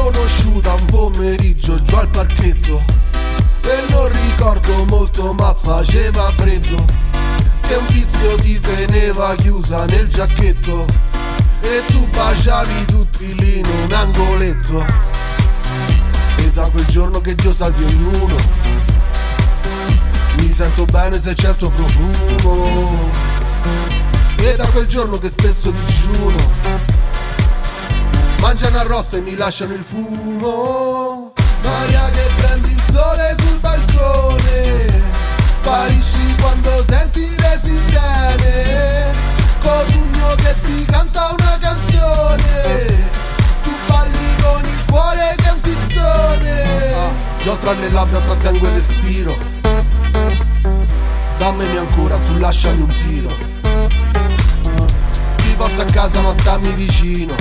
conosciuta un pomeriggio giù al parchetto, e non ricordo molto ma faceva freddo, che un tizio ti teneva chiusa nel giacchetto e tu baciavi tutti lì in un angoletto. E da quel giorno che Dio salvi ognuno, mi sento bene se c'è il tuo profumo. E da quel giorno che spesso digiuno, mangiano arrosto e mi lasciano il fumo. Maria che prendi il sole sul balcone, sparisci quando senti le sirene, Cotugno che ti canta una canzone, tu balli con il cuore che è un pizzone. Io tra le labbra trattengo il respiro, dammene ancora su lasciami un tiro, ti porto a casa ma stammi vicino.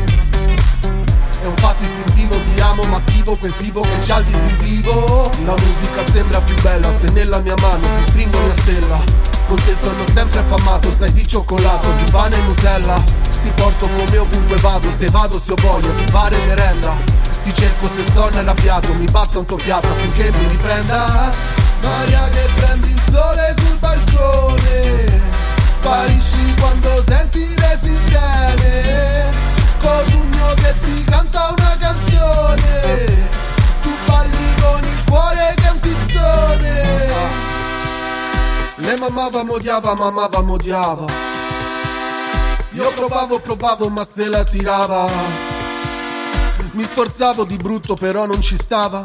È un fatto istintivo, ti amo ma schivo quel tipo che c'ha il distintivo. La musica sembra più bella se nella mia mano ti stringo mia stella. Con te sono sempre affamato, sai di cioccolato, di pane e Nutella. Ti porto come ovunque vado, se vado se ho voglia di fare merenda. Ti cerco se sono arrabbiato, mi basta un tuo fiato affinché mi riprenda. Maria che prendi il sole sul balcone, sparisci quando senti le sirene, Cotugno che ti canta una canzone, tu balli con il cuore che è un pizzone. Lei m'amava, m'odiava, m'amava, m'odiava. Io provavo ma se la tirava. Mi sforzavo di brutto però non ci stava,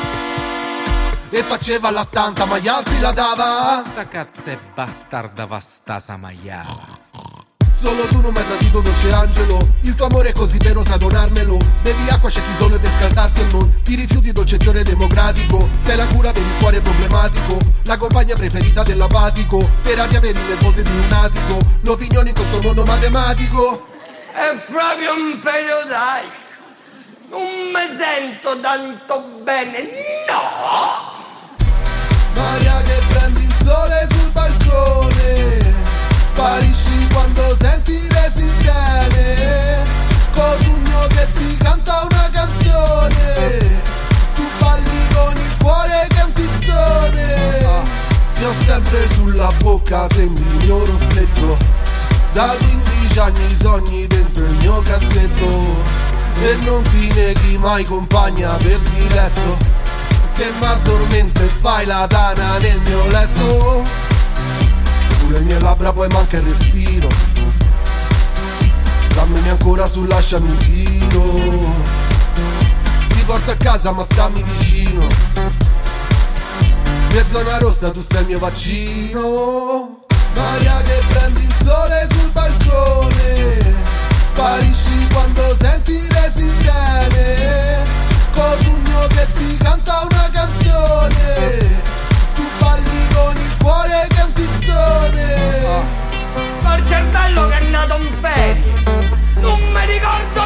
e faceva la santa ma gli altri la dava. Sta cazzo è bastarda vastasa maiala. Solo tu non mi hai tradito, dolce angelo, il tuo amore è così vero sai donarmelo. Bevi acqua, cerchi sole per scaldarti o non ti rifiuti, dolce fiore democratico. Sei la cura per il cuore problematico, la compagna preferita dell'apatico, terapia per i nervosi di un lunatico, l'opinione in questo mondo matematico. È proprio un periodaggio, non mi sento tanto bene, no! Maria che prendi il sole sul balcone, sparisci quando senti le sirene, Cotugno che ti canta una canzone, tu balli con il cuore che è un pizzone. Ti ho sempre sulla bocca, sembri il mio rossetto, da 15 anni sogni dentro il mio cassetto, e non ti neghi mai compagna per diletto, che m'addormento e fai la tana nel mio letto. Sulle mie labbra poi manca il respiro, dammene ancora su lasciami un tiro, ti porto a casa ma stammi vicino, mia zona rossa tu sei il mio vaccino. Maria che prendi il sole sul balcone, sparisci quando senti le sirene, Cotugno che ti canta una canzone, tu balli con il cuore che è un pizzone. Col cervello che è nato in ferie, non mi ricordo